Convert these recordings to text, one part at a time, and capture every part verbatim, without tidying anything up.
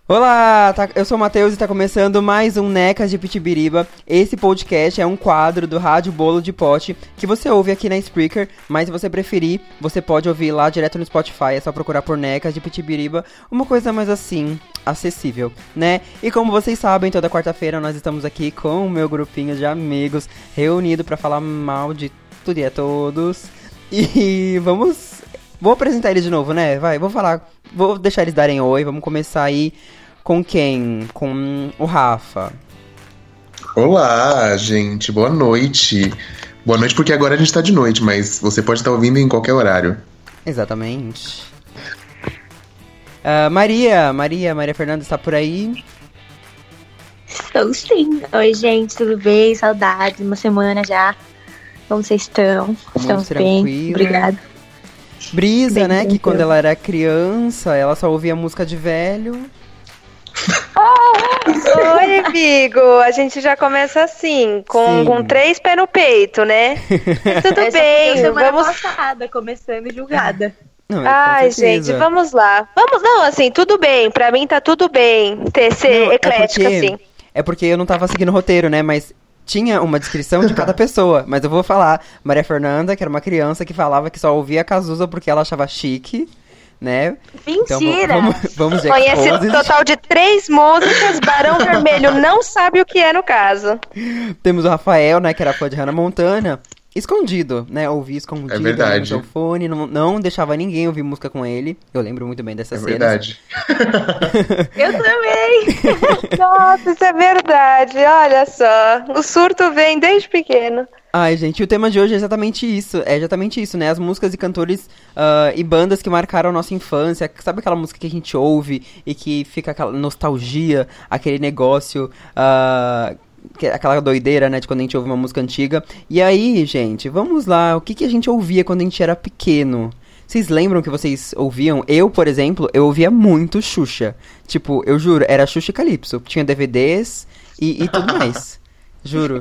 Olá, tá- eu sou o Matheus e tá começando mais um Necas de Pitibiriba. Esse podcast é um quadro do Rádio Bolo de Pote que você ouve aqui na Spreaker, mas se você preferir, você pode ouvir lá direto no Spotify, é só procurar por Necas de Pitibiriba, uma coisa mais assim, acessível, né? E como vocês sabem, toda quarta-feira nós estamos aqui com o meu grupinho de amigos reunido pra falar mal de tudo e a todos. E vamos... Vou apresentar eles de novo, né? Vai, vou falar... Vou deixar eles darem oi, vamos começar aí com quem? Com o Rafa. Olá, gente, boa noite. Boa noite porque agora a gente tá de noite, mas você pode estar ouvindo em qualquer horário. Exatamente. Uh, Maria, Maria, Maria Fernanda está por aí? Estou sim. Oi, gente, tudo bem? Saudades, uma semana já. Como vocês estão? Muito Estamos tranquila. bem? Obrigada. Brisa, Bem né, que tranquilo. quando ela era criança, ela só ouvia música de velho. Oi, amigo. A gente já começa assim, com, Sim. com três pés no peito, né? Tudo Essa bem, foi a semana vamos. passada, começando julgada. Não, é, Ai, com certeza. gente, vamos lá. Vamos, não, assim, tudo bem. Pra mim tá tudo bem ter ser Não, é eclética, porque- assim. É porque eu não tava seguindo o roteiro, né, mas... Tinha uma descrição de cada pessoa, mas eu vou falar. Maria Fernanda, que era uma criança que falava que só ouvia Cazuza porque ela achava chique, né? Então, Mentira! vamos, vamos de Conhece Exposed. um total de três músicas, Barão Vermelho não sabe o que é no caso. Temos o Rafael, né, que era fã de Hannah Montana, escondido, né, ouvia escondido É verdade. no seu fone, não, não deixava ninguém ouvir música com ele. Eu lembro muito bem dessa É cena. verdade. Eu também! Nossa, isso é verdade. Olha só, o surto vem desde pequeno. Ai, gente, o tema de hoje é exatamente isso, é exatamente isso, né, as músicas e cantores ah, e bandas que marcaram a nossa infância, sabe aquela música que a gente ouve e que fica aquela nostalgia, aquele negócio, ah, que- aquela doideira, né, de quando a gente ouve uma música antiga. E aí, gente, vamos lá, o que, que a gente ouvia quando a gente era pequeno? Vocês lembram que vocês ouviam? Eu, por exemplo, eu ouvia muito Xuxa. Tipo, eu juro, era Xuxa e Calypso. Tinha D V Ds e, e tudo mais. Juro.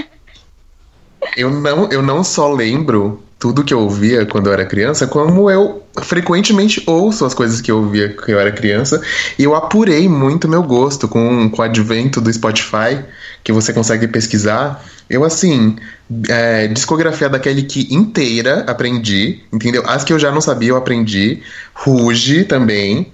Eu não, eu não só lembro tudo que eu ouvia quando eu era criança, como eu frequentemente ouço as coisas que eu ouvia quando eu era criança. E eu apurei muito meu gosto com, com o advento do Spotify, que você consegue pesquisar. Eu, assim, é, discografia da Kelly Key inteira aprendi, entendeu? As que eu já não sabia eu aprendi. Ruge também.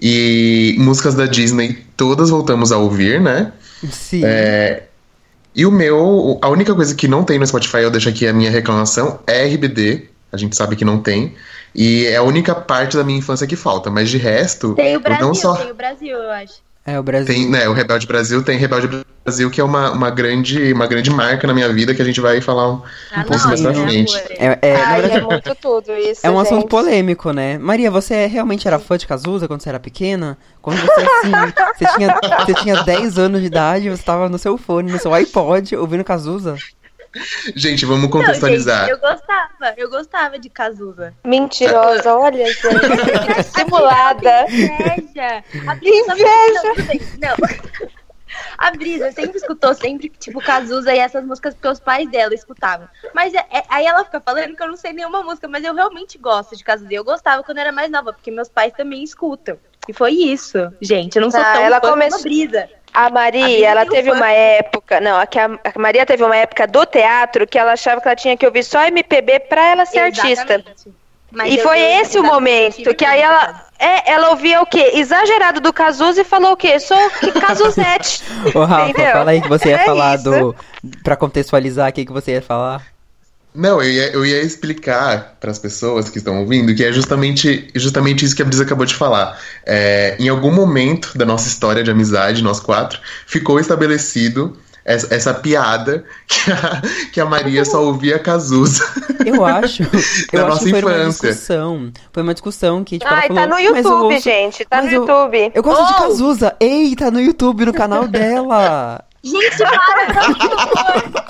E músicas da Disney todas voltamos a ouvir, né? Sim. É, e o meu, a única coisa que não tem no Spotify, eu deixo aqui a minha reclamação, é R B D. A gente sabe que não tem. E é a única parte da minha infância que falta. Mas de resto, Tem o eu Brasil, não só... tem o Brasil, eu acho. É o Brasil. Tem, né, o Rebelde Brasil, tem Rebelde Brasil, que é uma, uma, grande, uma grande marca na minha vida, que a gente vai falar um, Ah, um pouco mais pra né, frente. amor? É, é, na Ai, verdade, é muito tudo isso, é um gente. assunto polêmico, né? Maria, você realmente era fã de Cazuza quando você era pequena? Quando você, assim, você tinha, você tinha dez anos de idade, você tava no seu fone, no seu iPod, ouvindo Cazuza? Gente, vamos Não, contextualizar. gente, eu gostava, eu gostava de Cazuza. Mentirosa, olha, gente. Simulada. Inveja! A Inveja! Não, tudo bem, não. A Brisa sempre escutou, sempre, tipo, Cazuza e essas músicas porque os pais dela escutavam. Mas é- é- aí ela fica falando que eu não sei nenhuma música, mas eu realmente gosto de Cazuza. E eu gostava quando eu era mais nova, porque meus pais também escutam. E foi isso, gente. Eu não sou Tá, tão ela fã come- como a Brisa. A A Maria, Brisa ela tem um teve fã. uma época, não, a, que a, a Maria teve uma época do teatro que ela achava que ela tinha que ouvir só M P B pra ela ser artista. Exatamente. Mas E eu foi tenho- esse o exatamente, momento tive que aí tudo, ela, sabe? é, ela ouvia o quê? Exagerado do Cazuza e falou o quê? Sou Cazuzete. Ô, Rafa, Entendeu? fala aí que você ia É falar isso. do... Pra contextualizar aqui que você ia falar. Não, eu ia, eu ia explicar para as pessoas que estão ouvindo que é justamente, justamente isso que a Brisa acabou de falar. É, em algum momento da nossa história de amizade, nós quatro, ficou estabelecido essa, essa piada que a, que a Maria só ouvia Cazuza. Eu acho, eu Da acho nossa que foi uma infância. discussão. Foi uma discussão que, tipo, ela Ai, falou... tá no "Mas eu YouTube, ouço- gente, tá no mas eu- YouTube. Eu gosto de Oh! Cazuza. Ei, tá no YouTube, no canal dela. Gente, para, por favor.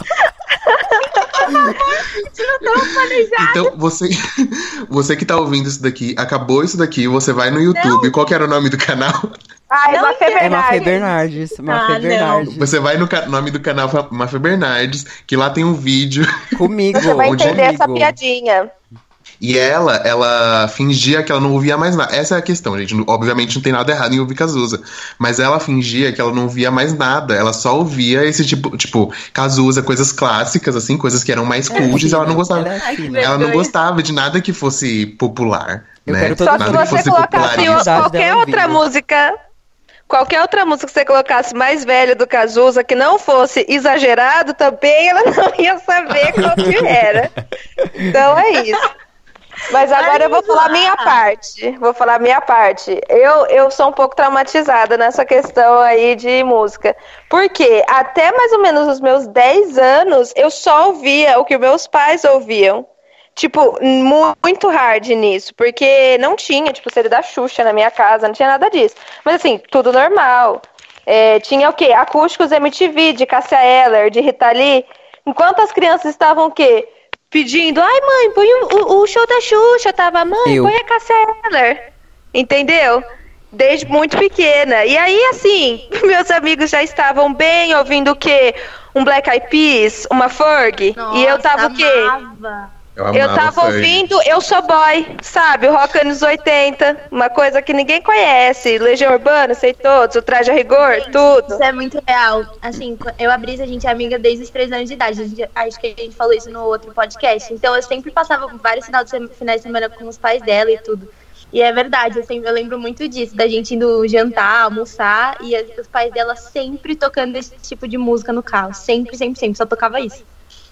Gente, não tão planejado. Então, você, você que tá ouvindo isso daqui, acabou isso daqui, você vai no YouTube. Qual que era o nome do canal? Ai, Não Mafê entendo. É Mafê Bernardes. Bernardes. Mafê Ah, não. Bernardes. Você vai no ca- nome do canal Mafê Bernardes, que lá tem um vídeo. Comigo. Você vai onde entender essa amigo. piadinha. E ela, ela fingia que ela não ouvia mais nada. Essa é a questão, gente. Obviamente não tem nada errado em ouvir Cazuza. Mas ela fingia que ela não ouvia mais nada. Ela só ouvia esse tipo, tipo, Cazuza, coisas clássicas, assim, coisas que eram mais cultas. Ela não gostava. Ela, é fina. Ela não gostava de nada que fosse popular. Eu né? quero Só todo que mundo você fosse colocasse popularizar. qualquer dela outra ouvindo. música. Qualquer outra música que você colocasse mais velho do Cazuza, que não fosse exagerado, também ela não ia saber qual que era. Então é isso. Mas agora eu vou falar a minha parte. Vou falar a minha parte. Eu, eu sou um pouco traumatizada nessa questão aí de música. Porque até mais ou menos os meus dez anos, eu só ouvia o que meus pais ouviam. Tipo, muito hard nisso, porque não tinha, tipo, C D da Xuxa na minha casa, não tinha nada disso. Mas assim, tudo normal. É, tinha o quê? Acústicos M T V, de Cássia Eller, de Rita Lee. Enquanto as crianças estavam o quê? Pedindo, ai mãe, põe o, o, o show da Xuxa. Eu tava, mãe, Eu. põe a Cássia Eller. Entendeu? Desde muito pequena. E aí, assim, meus amigos já estavam bem ouvindo o quê? Um Black Eyed Peas, uma Ferg. Nossa, E eu tava o quê? amava. Eu, Eu amava tava Ferg. ouvindo Eu Sou Boy, sabe? O rock anos oitenta, uma coisa que ninguém conhece. Legião Urbana, sei todos, o Traje a Rigor, Gente, tudo. Isso é muito real. Assim, eu e a Brisa, a gente é amiga desde os três anos de idade. A gente- acho que a gente falou isso no outro podcast. Então eu sempre passava vários finais de semana, finais de semana com os pais dela e tudo. E é verdade, eu, sempre, eu lembro muito disso, da gente indo jantar, almoçar, e as- os pais dela sempre tocando esse tipo de música no carro. Sempre, sempre, sempre. Só tocava isso.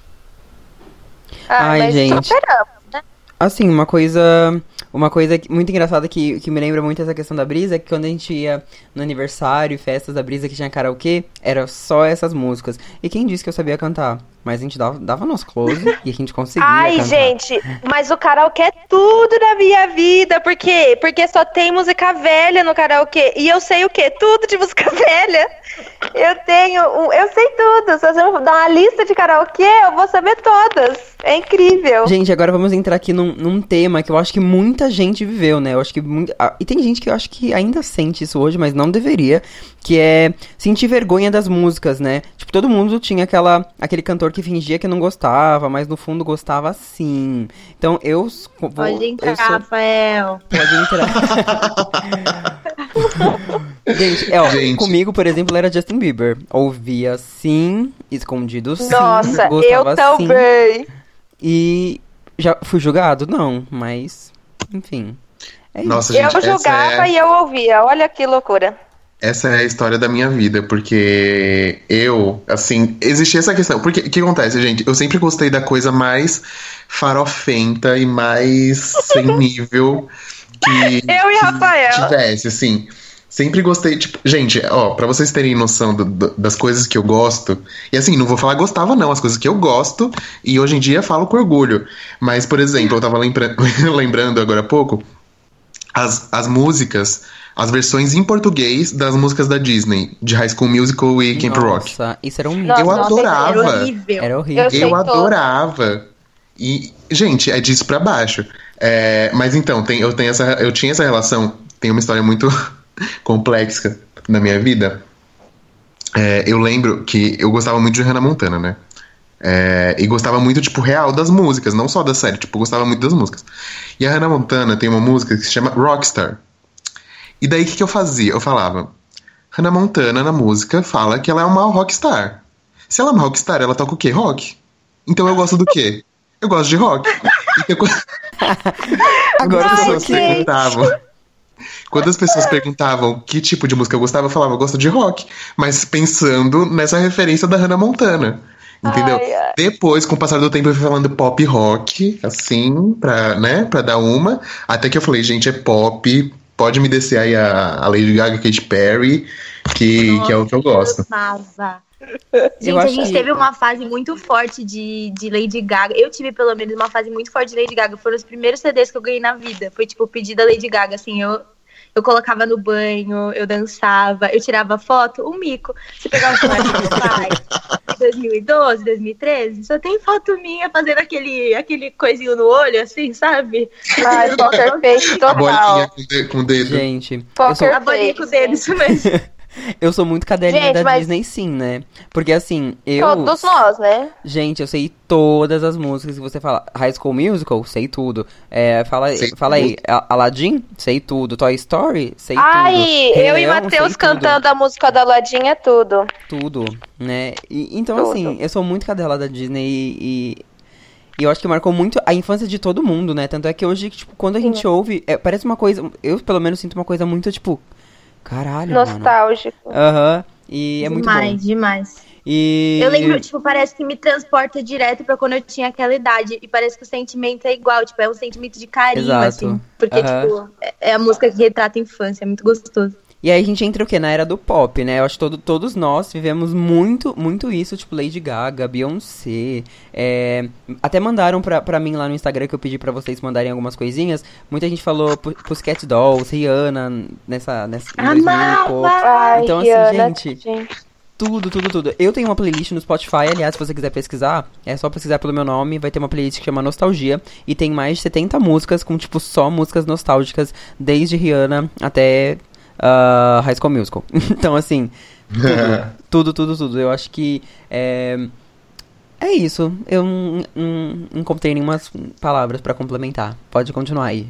Ah, Ai, mas gente. superamos. Assim, uma coisa, uma coisa que- muito engraçada que, que me lembra muito essa questão da Brisa é que quando a gente ia no aniversário e festas da Brisa que tinha karaokê, era só essas músicas. E quem disse que eu sabia cantar? Mas a gente dava, dava nosso close e a gente conseguia Ai, cantar. gente, mas o karaokê é tudo na minha vida. Por quê? Porque só tem música velha no karaokê. E eu sei o quê? Tudo de música velha. Eu tenho. Um, eu sei tudo. Se você me dar uma lista de karaokê, eu vou saber todas. É incrível. Gente, agora vamos entrar aqui num, num tema que eu acho que muita gente viveu, né? Eu acho que muito, ah, e tem gente que eu acho que ainda sente isso hoje, mas não deveria, que é sentir vergonha das músicas, né? Tipo, todo mundo tinha aquela, aquele cantor que fingia que não gostava, mas no fundo gostava sim. Então eu s- vou, Pode entrar, eu sou- Rafael. Pode entrar. Gente, é, ó, Gente. comigo, por exemplo, era Justin Bieber. Ouvia sim, escondido sim, Nossa, eu gostava sim. também. E já fui julgado? Não, mas enfim. É Nossa, Eu gente, essa julgava é... e eu ouvia. Olha que loucura. Essa é a história da minha vida, porque eu, assim, existia essa questão. Porque o que acontece, gente? Eu sempre gostei da coisa mais farofenta e mais sem nível que, Eu e que Rafael. tivesse, assim. Sempre gostei, tipo, gente, ó, pra vocês terem noção do- do- das coisas que eu gosto, e assim, não vou falar gostava não, as coisas que eu gosto, e hoje em dia falo com orgulho. Mas, por exemplo, eu tava lembra- lembrando agora há pouco, as, as músicas, as versões em português das músicas da Disney, de High School Musical e Camp Rock. Nossa, isso era um Nossa, Eu nossa, adorava. Era horrível. Era horrível. Eu sei Eu todas. adorava. E, gente, é disso pra baixo. É, mas então, tem, eu, tenho essa, eu tinha essa relação, tem uma história muito complexa na minha vida. É, eu lembro que eu gostava muito de Hannah Montana, né? É, e gostava muito, tipo, real das músicas, não só da série, tipo, eu gostava muito das músicas. E a Hannah Montana tem uma música que se chama Rockstar. E daí o que, que eu fazia? Eu falava, Hannah Montana na música fala que ela é uma rockstar. Se ela é uma rockstar, ela toca o quê? Rock. Então eu gosto do quê? Eu gosto de rock. Então, quando Agora as eu tô pessoas aqui. perguntavam. Quando as pessoas perguntavam que tipo de música eu gostava, eu falava, eu gosto de rock. Mas pensando nessa referência da Hannah Montana. Entendeu? Ai, ai. Depois, com o passar do tempo, eu fui falando pop rock, assim, pra, né, pra dar uma. Até que eu falei, gente, é pop. Pode me descer aí a, a Lady Gaga, Katy Perry, que, que é o que eu gosto. Amava. Eu Gente, a acho gente que- teve uma fase muito forte de, de Lady Gaga. Eu tive, pelo menos, uma fase muito forte de Lady Gaga. Foram os primeiros C Ds que eu ganhei na vida. Foi, tipo, o pedido da Lady Gaga, assim, eu... Eu colocava no banho, eu dançava, eu tirava foto, um mico. Você pegava o celular do meu pai, de dois mil e doze, dois mil e treze, só tem foto minha fazendo aquele, aquele coisinho no olho, assim, sabe? Ai, poker face A bolinha total. com, de- com o dedo. Gente, eu Poker sou, A bolinha com o dedo, isso mesmo. Eu sou muito cadelinha Gente, da mas- Disney, sim, né? Porque assim, eu. Todos nós, né? Gente, eu sei todas as músicas que você fala. High School Musical, sei tudo. É, fala Sei fala aí, tudo. A- Aladdin, sei tudo. Toy Story, sei Ai, tudo. Rei eu e Leão, Matheus sei cantando a música da Aladdin é tudo. tudo, tudo, né? E, então, Tudo. assim, eu sou muito cadela da Disney e, e eu acho que marcou muito a infância de todo mundo, né? Tanto é que hoje, tipo, quando a gente ouve, é, parece uma coisa. Eu, pelo menos, sinto uma coisa muito, tipo. Caralho, mano. Nostálgico. Aham. E é muito bom. Demais, demais. E. Eu lembro, tipo, parece que me transporta direto pra quando eu tinha aquela idade. E parece que o sentimento é igual, tipo, é um sentimento de carinho, Exato. assim. Porque, Aham. tipo, é- é a música que retrata a infância, é muito gostoso. E aí a gente entra o quê? Na era do pop, né? Eu acho que todo, todos nós vivemos muito, muito isso, tipo Lady Gaga, Beyoncé. É... Até mandaram pra, pra mim lá no Instagram, que eu pedi pra vocês mandarem algumas coisinhas. Muita gente falou Pu- Pussycat Dolls, Rihanna, nessa, nessa em dois mil e pouco. Ai, Então, assim, Rihanna, gente, Tudo, tudo, tudo. Eu tenho uma playlist no Spotify, aliás, se você quiser pesquisar, é só pesquisar pelo meu nome, vai ter uma playlist que chama Nostalgia, e tem mais de setenta músicas, com, tipo, só músicas nostálgicas, desde Rihanna até uh, High School Musical. Então, assim, tudo, tudo, tudo, tudo. Eu acho que é, é isso. Eu não, não encontrei nenhuma palavras pra complementar. Pode continuar aí.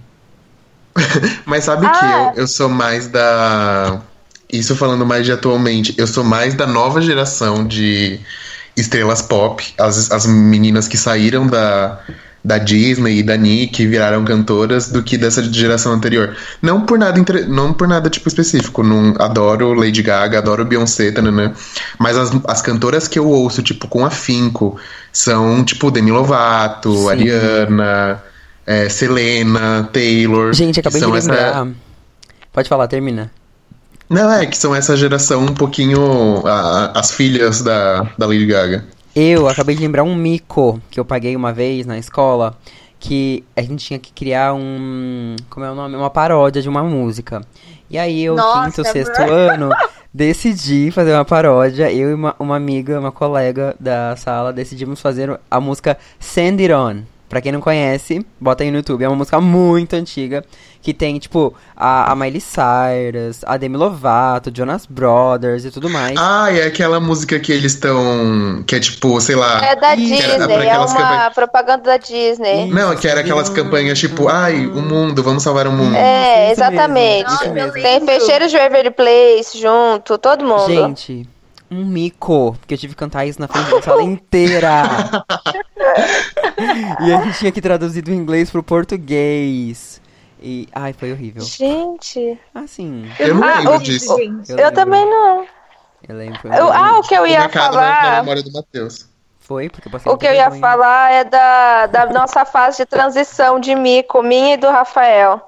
Mas sabe Ah. que eu, eu sou mais da. Isso falando mais de atualmente, eu sou mais da nova geração de estrelas pop, as, as meninas que saíram da, da Disney e da Nick e viraram cantoras, do que dessa geração anterior. Não por nada, entre- não por nada tipo específico, não, adoro Lady Gaga, adoro Beyoncé, né? Mas as, as cantoras que eu ouço, tipo, com afinco, são tipo Demi Lovato, Sim. Ariana, é, Selena, Taylor. Gente, que acabei de são essa- lembrar. Pode falar, termina. Não, é que são essa geração um pouquinho a- as filhas da, da Lady Gaga. Eu acabei de lembrar um mico que eu paguei uma vez na escola, que a gente tinha que criar um, como é o nome? Uma paródia de uma música. E aí eu, Nossa, quinto, sexto mano. ano, decidi fazer uma paródia. Eu e uma, uma amiga, uma colega da sala, decidimos fazer a música Send It On. Pra quem não conhece, bota aí no YouTube. É uma música muito antiga, que tem, tipo, a, a Miley Cyrus, a Demi Lovato, Jonas Brothers e tudo mais. Ah, é aquela música que eles estão. Que é tipo, sei lá. É da Ih, que era Disney, pra é aquelas uma campanhas- propaganda da Disney. Não, que era aquelas campanhas tipo, ai, o mundo, vamos salvar o mundo. É, Isso mesmo, exatamente. isso Nossa, mesmo. eu Tem lembro. Fecheiros de Waverly Place junto, todo mundo. Gente, um mico, porque eu tive que cantar isso na frente da sala inteira. E a gente tinha que traduzir do inglês pro português. E, ai, foi horrível. Gente, Assim, Eu não Ah, lembro o- disso. gente. eu, eu lembro, também não. Eu lembro. Foi, Eu- ah, o que eu Ficou ia marcado na, na falar. memória do Matheus. foi porque eu passei O que eu muita ia vergonha. falar é da, da nossa fase de transição de mico, minha e do Rafael.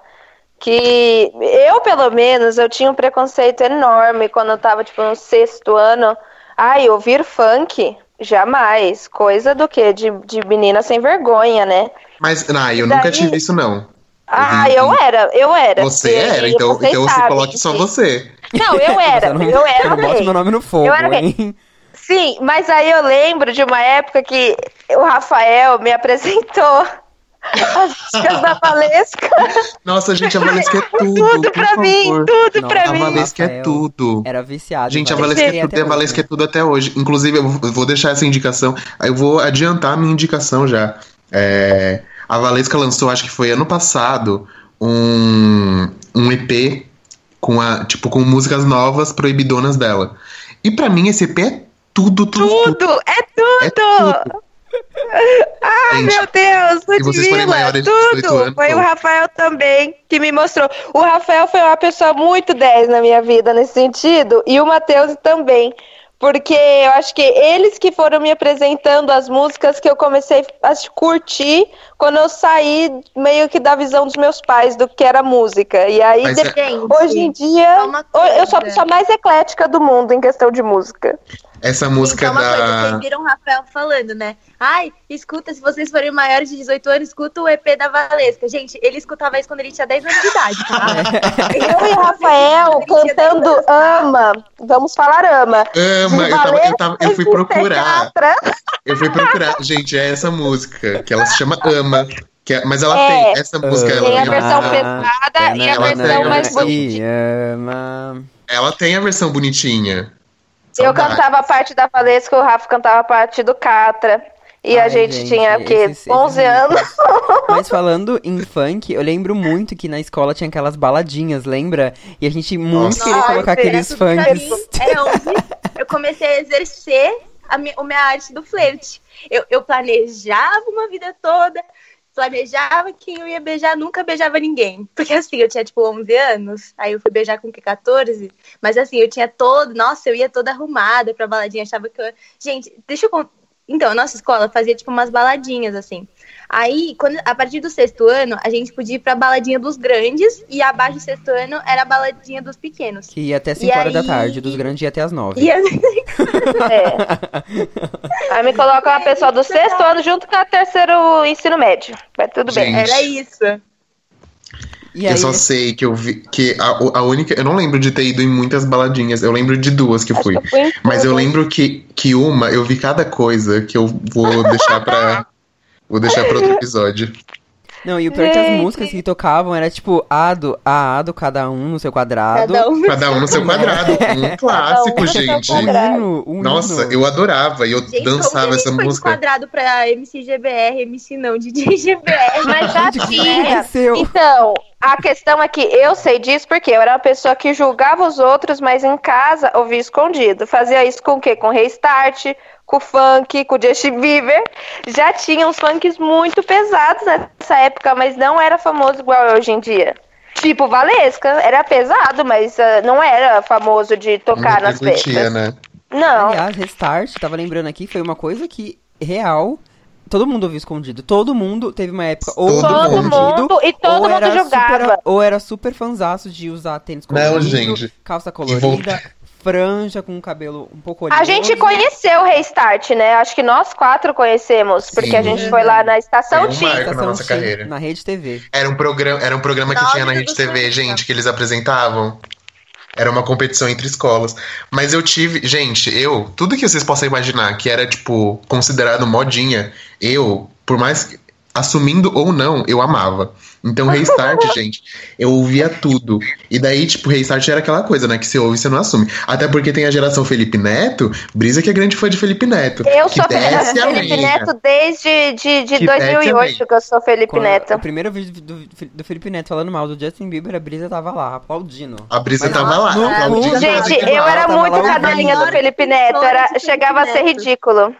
Que eu, pelo menos, eu tinha um preconceito enorme quando eu tava, tipo, no sexto ano. Ai, ouvir funk? Jamais. Coisa do quê? De, de menina sem vergonha, né? Mas, não, eu Daí- nunca tive isso, não. Ah, vi- eu era, eu era. Você E era, então, vocês então você sabem coloque só disso. você. Não, eu era, Você não, eu era você não bota gay. meu nome no fogo, Eu era gay. hein? Sim, mas aí eu lembro de uma época que o Rafael me apresentou as músicas da Valesca. Nossa, gente, a Valesca é tudo, Tudo por pra mim, favor. tudo Nossa, pra A mim. Valesca é Rafael tudo. Era viciado. em Gente, a Valesca. Valesca é E tudo, e a até Valesca é hoje. tudo até hoje. Inclusive, eu vou- eu vou deixar essa indicação. Aí eu vou adiantar a minha indicação já. É, a Valesca lançou, acho que foi ano passado, um, um E P com, a, tipo, com músicas novas proibidonas dela. E pra mim, esse E P é tudo, tudo, tudo. Tudo, é É tudo. tudo. Ah, Gente, meu Deus, se vocês forem Ludmilla, maiores de dezoito tudo. anos, Foi o pô. Rafael também que me mostrou. O Rafael foi uma pessoa muito dez na minha vida nesse sentido, e o Matheus também. Porque eu acho que eles que foram me apresentando as músicas que eu comecei a curtir quando eu saí meio que da visão dos meus pais do que era música. E aí, Mas de- é- Gente, hoje em dia, só uma eu sou a coisa. pessoa mais eclética do mundo em questão de música. Essa música então, uma coisa, da. vocês viram o Rafael falando, né? Ai, escuta, se vocês forem maiores de dezoito anos, escuta o E P da Valesca. Gente, ele escutava isso quando ele tinha dez anos de idade, tá? Eu e Rafael cantando Ama. Vamos falar Ama. Ama, De eu, tava, eu, Valesca tava, eu fui e procurar. Psiquiatra. Eu fui procurar. Gente, é essa música, que ela se chama Ama. Que é- mas ela É. tem essa música. Ela Tem a tem versão uma- pesada e a ela versão tem mais uma- bonitinha. Ama. ela tem a versão bonitinha. Eu Saudades. cantava a parte da Valesca, o Rafa cantava a parte do Catra. E a Ai, gente, gente, tinha o quê? esses- onze esses anos. Mas falando em funk, eu lembro muito que na escola tinha aquelas baladinhas, lembra? E a gente muito Nossa. queria Nossa, colocar era aqueles tudo pra funks. mim. Era onde eu comecei a exercer a minha, a minha arte do flerte. Eu, eu planejava uma vida toda, planejava quem eu ia beijar, nunca beijava ninguém. Porque assim, eu tinha tipo onze anos, aí eu fui beijar com o quê? quatorze. Mas assim, eu tinha todo, nossa, eu ia toda arrumada pra baladinha, achava que eu... Gente, deixa eu contar. Então, a nossa escola fazia, tipo, umas baladinhas, assim. Aí, quando, a partir do sexto ano, a gente podia ir pra baladinha dos grandes, e abaixo do sexto ano era a baladinha dos pequenos. Que ia até cinco E horas da aí- tarde, dos grandes ia até as nove. E a- É. Aí me coloca uma pessoa do sexto ano junto com a terceiro ensino médio. Vai tudo bem. Gente. era isso. E Eu aí, só sei que eu vi que a, a única. Eu não lembro de ter ido em muitas baladinhas. Eu lembro de duas que eu fui. Acho que eu fui em Mas eu todas. lembro que, que uma, eu vi cada coisa que eu vou deixar pra. Vou deixar pra outro episódio. não, e o pior é que as Gente. músicas que tocavam era tipo ado, a ado, cada um no seu quadrado. Cada um. Cada um no seu quadrado. Um clássico, no seu gente. Um quadrado. hino, um Nossa, hino. eu adorava. E eu Gente, dançava como que essa a gente foi música. enquadrado pra M C G B R, M C não, D J G B R. Mas já Gente, o que tinha. aconteceu? Então, a questão é que eu sei disso porque eu era uma pessoa que julgava os outros, mas em casa ouvia escondido. Fazia isso com o quê? Com Restart, com funk, com Justin Bieber. Já tinha uns funks muito pesados nessa época, mas não era famoso igual é hoje em dia. Tipo, Valesca, era pesado, mas ah, não era famoso de tocar Não nas repercutia, festas. né? Não. Aliás, Restart, tava lembrando aqui, foi uma coisa que, real, todo mundo ouviu escondido. Todo mundo teve uma época ou Todo ouviu mundo. escondido, e todo ou mundo era julgava. super, ou era super fanzaço de usar tênis Não, colorido, gente. calça E colorida, volta- franja com o cabelo um pouco oleoso. A gente conheceu o Restart, né? Acho que nós quatro conhecemos, porque Sim. a gente foi lá na Estação Foi um T. marco. na Estação nossa T, carreira. na Rede T V. Era um programa, era um programa que Nossa, tinha na eu Rede T V, gostava. gente, que eles apresentavam. Era uma competição entre escolas. Mas eu tive. Gente, eu. Tudo que vocês possam imaginar que era, tipo, considerado modinha, eu, por mais. que- Assumindo ou não, eu amava. Então, Restart, gente, eu ouvia tudo. E daí, tipo, Restart era aquela coisa, né? Que você ouve e você não assume. Até porque tem a geração Felipe Neto, Brisa que é grande fã de Felipe Neto. Eu que sou desce a Felipe lenha. Neto desde de, de Que dois mil e desce a oito lenha. que eu sou Felipe Quando Neto. O primeiro vídeo do, do Felipe Neto falando mal do Justin Bieber, a Brisa tava lá, aplaudindo. A Brisa Mas tava lá. no aplaudindo. fundo, Gente, Tava eu lá, era tava muito lá cadelinha do ouvindo. Felipe Neto, era, Felipe chegava a ser Neto. ridículo.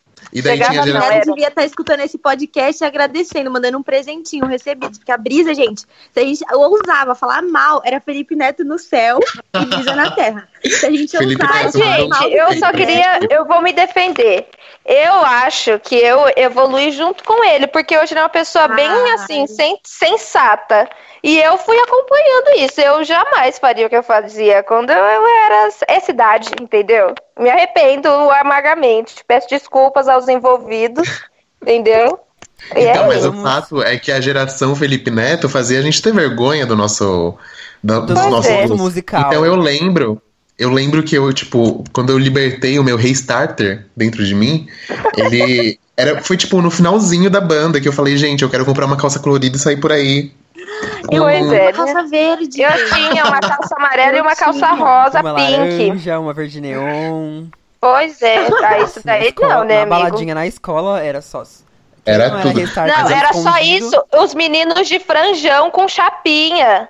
E daí Chegava tinha a não, geração. era. Ela devia estar escutando esse podcast e agradecendo, mandando um presentinho recebido. Porque a Brisa, gente, se a gente ousava falar mal, era Felipe Neto no céu e Brisa na terra. Se a gente Felipe ousava Neto falar mandou mal Gente, do eu Felipe só Neto, queria. Eu vou me defender. Eu acho que eu evolui junto com ele, porque hoje ele é uma pessoa bem Ai. assim, sen- sensata. E eu fui acompanhando isso. Eu jamais faria o que eu fazia quando eu era essa idade, entendeu? Me arrependo amargamente. Peço desculpas aos envolvidos, entendeu? E Então, é mas isso. o fato é que a geração Felipe Neto fazia a gente ter vergonha do nosso. da- Do dos Pois nossos é. mundo gostos. musical. Então eu lembro. Eu lembro que eu, tipo, quando eu libertei o meu Restarter dentro de mim, ele. Era, foi tipo no finalzinho da banda que eu falei, gente, eu quero comprar uma calça colorida e sair por aí. Pois Uma é, né? calça verde. Eu tinha uma calça amarela e uma Eu calça tinha. rosa Uma pink. laranja, uma verde neon. Pois é, ah, isso Na daí escola- não, né, na amigo? baladinha na escola era só. Era Não tudo. Restart, Não, mas era só escondido. isso. Os meninos de franjão com chapinha.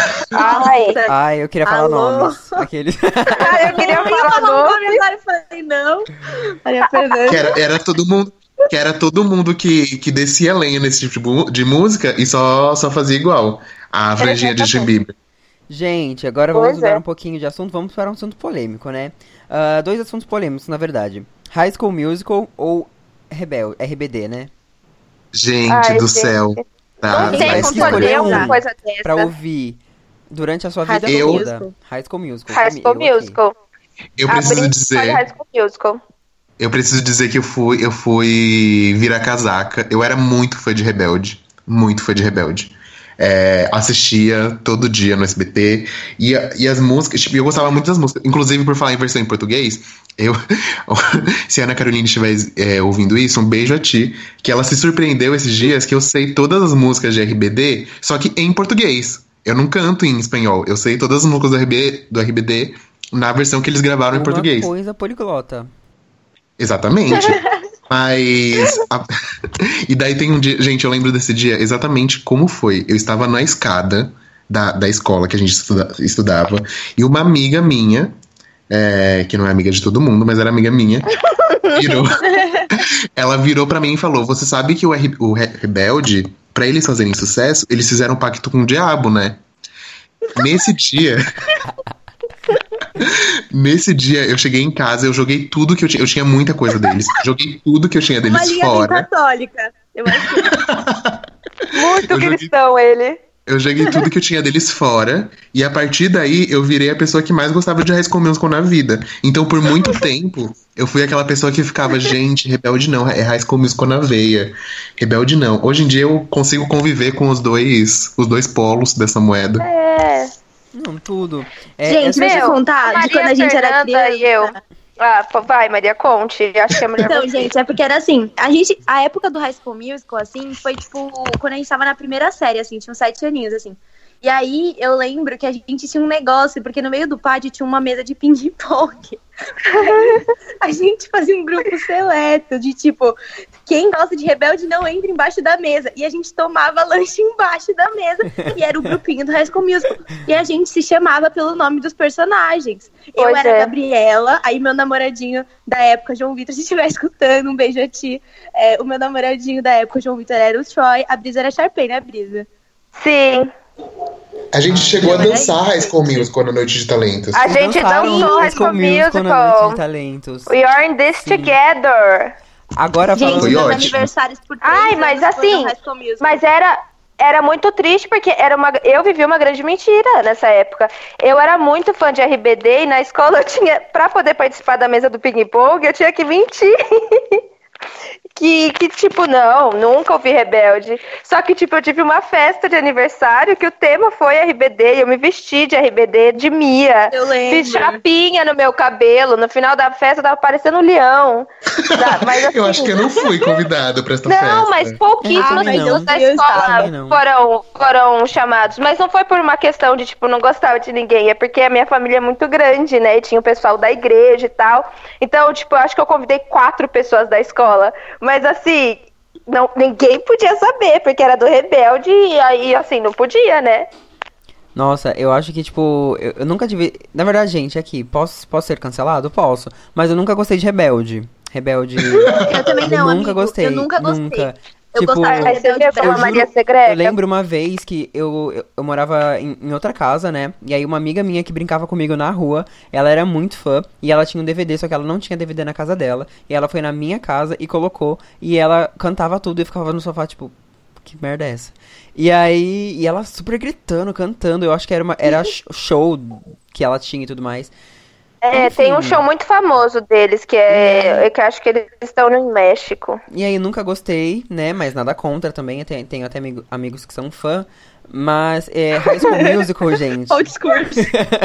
Ai, Ai, eu queria falar Alô? nomes. Aquele. cara, eu queria Eu ia falar falar um nome. nome agora e falei, não. Maria Fernanda. Que era, era todo mundo. Que era todo mundo que, que descia lenha nesse tipo de mu- de música e só, só fazia igual. A franjinha de Justin Bieber. Gente, agora vamos Pois mudar é. um pouquinho de assunto. Vamos para um assunto polêmico, né? Ah, dois assuntos polêmicos, na verdade. High School Musical ou Rebel, R B D, né? Gente Ai, do gente. céu. Tá? Não Você tem vai como escolher escolher um uma coisa dessa. Pra ouvir durante a sua High vida School toda. Musical. High School Musical. High Comi- School eu aqui. Musical. Eu A preciso Britney dizer. foi High School Musical. Eu preciso dizer que eu fui, eu fui virar casaca. Eu era muito fã de Rebelde. Muito fã de Rebelde. É, assistia todo dia no S B T. E, e as músicas, tipo, eu gostava muito das músicas. Inclusive, por falar em versão em português, eu. Se a Ana Carolina estiver é, ouvindo isso, um beijo a ti. Que ela se surpreendeu esses dias que eu sei todas as músicas de R B D, só que em português. Eu não canto em espanhol. Eu sei todas as músicas do, R B, do R B D na versão que eles gravaram em português. Uma coisa poliglota. Exatamente. Mas... a- E daí tem um dia... Gente, eu lembro desse dia exatamente como foi. Eu estava na escada da, da escola que a gente estuda- estudava. E uma amiga minha, é, que não é amiga de todo mundo, mas era amiga minha, virou... Ela virou pra mim e falou: você sabe que o, R- o Re- Rebelde, pra eles fazerem sucesso, eles fizeram um pacto com o diabo, né? Nesse dia... Nesse dia, eu cheguei em casa, eu joguei tudo que eu tinha. Eu tinha muita coisa deles. Joguei tudo que eu tinha Uma deles linha bem fora. católica. Eu acho que Muito Eu joguei- cristão ele. Eu joguei tudo que eu tinha deles fora. E a partir daí, eu virei a pessoa que mais gostava de High School Musical na vida. Então, por muito tempo, eu fui aquela pessoa que ficava: gente, Rebelde não, é High School Musical na veia. Rebelde não. Hoje em dia, eu consigo conviver com os dois, os dois polos dessa moeda. É. Não, tudo. É, Gente, é- deixa eu Meu, contar de Maria quando a gente era Fernanda criança. e eu. Ah, pô, vai, Maria, conte. Acho que é melhor Então, você. gente, é porque era assim, a gente, a época do High School Musical, assim, foi tipo, quando a gente tava na primeira série, assim, tinha uns sete aninhos, assim. E aí, eu lembro que a gente tinha um negócio, porque no meio do pátio tinha uma mesa de ping-pong. Aí, a gente fazia um grupo seleto de, tipo, quem gosta de Rebelde não entra embaixo da mesa. E a gente tomava lanche embaixo da mesa. E era o grupinho do High School Musical. E a gente se chamava pelo nome dos personagens. Eu Pois era é. a Gabriela, aí meu namoradinho da época, João Vitor, se estiver escutando, um beijo a ti. É, o meu namoradinho da época, João Vitor, era o Troy. A Brisa era a Sharpay, né, Brisa? Sim. A gente chegou a olha dançar isso. High School Musical na Noite de Talentos. A gente dançaram dançou High School na Noite de Musical. Talentos. We are in this Sim. together. Agora Gente, falando... Foi meus ótimo. aniversários por três Ai, anos mas foram assim, High School Musical. Mas era, era muito triste, porque era uma, eu vivi uma grande mentira nessa época. Eu era muito fã de R B D e na escola eu tinha, pra poder participar da mesa do ping-pong, eu tinha que mentir. Que, que, tipo, não, nunca ouvi Rebelde. Só que, tipo, eu tive uma festa de aniversário que o tema foi R B D e eu me vesti de R B D, de Mia. Eu lembro. Fiz chapinha no meu cabelo. No final da festa eu tava parecendo um leão. Tá, Mas, assim, Eu acho que eu não fui convidado pra essa festa. não, mas pouquíssimas Ah, pessoas não. da Eu escola estava. Não. foram, foram chamados. Mas não foi por uma questão de, tipo, não gostava de ninguém. É porque a minha família é muito grande, né? E tinha o pessoal da igreja e tal. Então, tipo, eu acho que eu convidei quatro pessoas da escola. Mas, assim, não, ninguém podia saber, porque era do Rebelde e aí, assim, não podia, né? Nossa, eu acho que, tipo, eu, eu nunca tive... Na verdade, gente, aqui, posso, posso ser cancelado? Posso. Mas eu nunca gostei de Rebelde. Rebelde... Eu também não, eu nunca amigo. gostei. Eu nunca gostei. Nunca. Eu Tipo, gostava de Aí você vê como eu a Maria juro- Segrega. Eu lembro uma vez que eu, eu, eu morava em, em outra casa, né? E aí uma amiga minha que brincava comigo na rua, ela era muito fã e ela tinha um D V D, só que ela não tinha D V D na casa dela. E ela foi na minha casa e colocou. E ela cantava tudo e eu ficava no sofá, tipo, que merda é essa? E aí, e ela super gritando, cantando. Eu acho que era, uma, era sh- show que ela tinha e tudo mais. É, Enfim. tem um show muito famoso deles, que é. Que eu acho que eles estão no México. E aí nunca gostei, né? Mas nada contra também. Eu tenho, tenho até amigo- amigos que são fã. Mas é High School Musical, gente. Old discurso.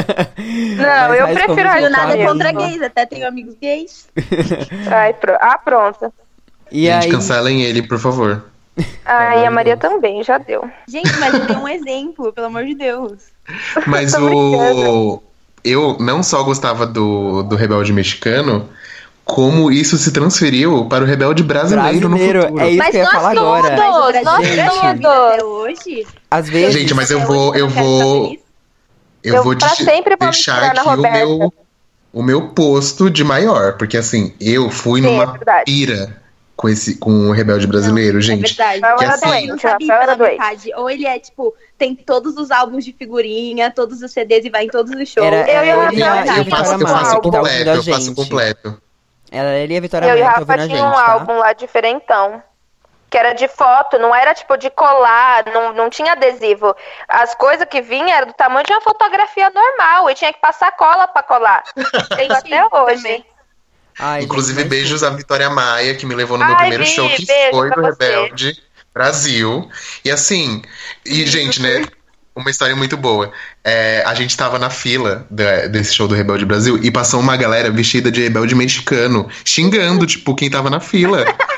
Não, Mas eu High School prefiro Musical Tenho High nada School contra Musical. gays, até tenho amigos gays. Ai, pro... Ah, pronto. E Gente, aí, cancelem ele, por favor. Ah, e amor a de Maria Deus. também, já deu. Gente, mas eu dei um exemplo, pelo amor de Deus. Mas Tô o... Eu não só gostava do, do Rebelde mexicano, como isso se transferiu para o Rebelde brasileiro, brasileiro, no futuro. é isso Mas que eu ia nós falar todos! agora. Mas o Brasil Nós Gente. é todos! até hoje. Às vezes, Gente, mas eu Até vou, hoje eu não quero vou, ficar feliz. eu Eu vou pra deixi- sempre vou me deixar inspirar na aqui o Roberta. meu, o meu posto de maior, porque assim, eu fui Sim, é numa verdade. pira com esse, com o Rebelde brasileiro, É gente. verdade. Rafael Que era assim- Não doente, sabia Rafael era pela doente. metade. Ou ele é, tipo, tem todos os álbuns de figurinha, todos os C Ds e vai em todos os shows. Era- Eu e o Ou era ele ele e a- é e a Eu verdade. faço, eu Vitória faço Maia, que tá completo, ouvindo a eu faço gente. completo. ela, ele e a Vitória Eu e o Maia tá Rafa ouvindo a gente, tinha um tá? álbum lá diferentão. Que era de foto, não era tipo de colar, não, não tinha adesivo. As coisas que vinham eram do tamanho de uma fotografia normal e tinha que passar cola pra colar. Tem até hoje. também. Ai, Inclusive, gente, mas- beijos à Vitória Maia, que me levou no meu Ai, primeiro Vi, show, que beijo foi pra do você. Rebelde Brasil. E assim, e gente, né? Uma história muito boa. É, a gente tava na fila da- desse show do Rebelde Brasil e passou uma galera vestida de rebelde mexicano, xingando, tipo, quem tava na fila.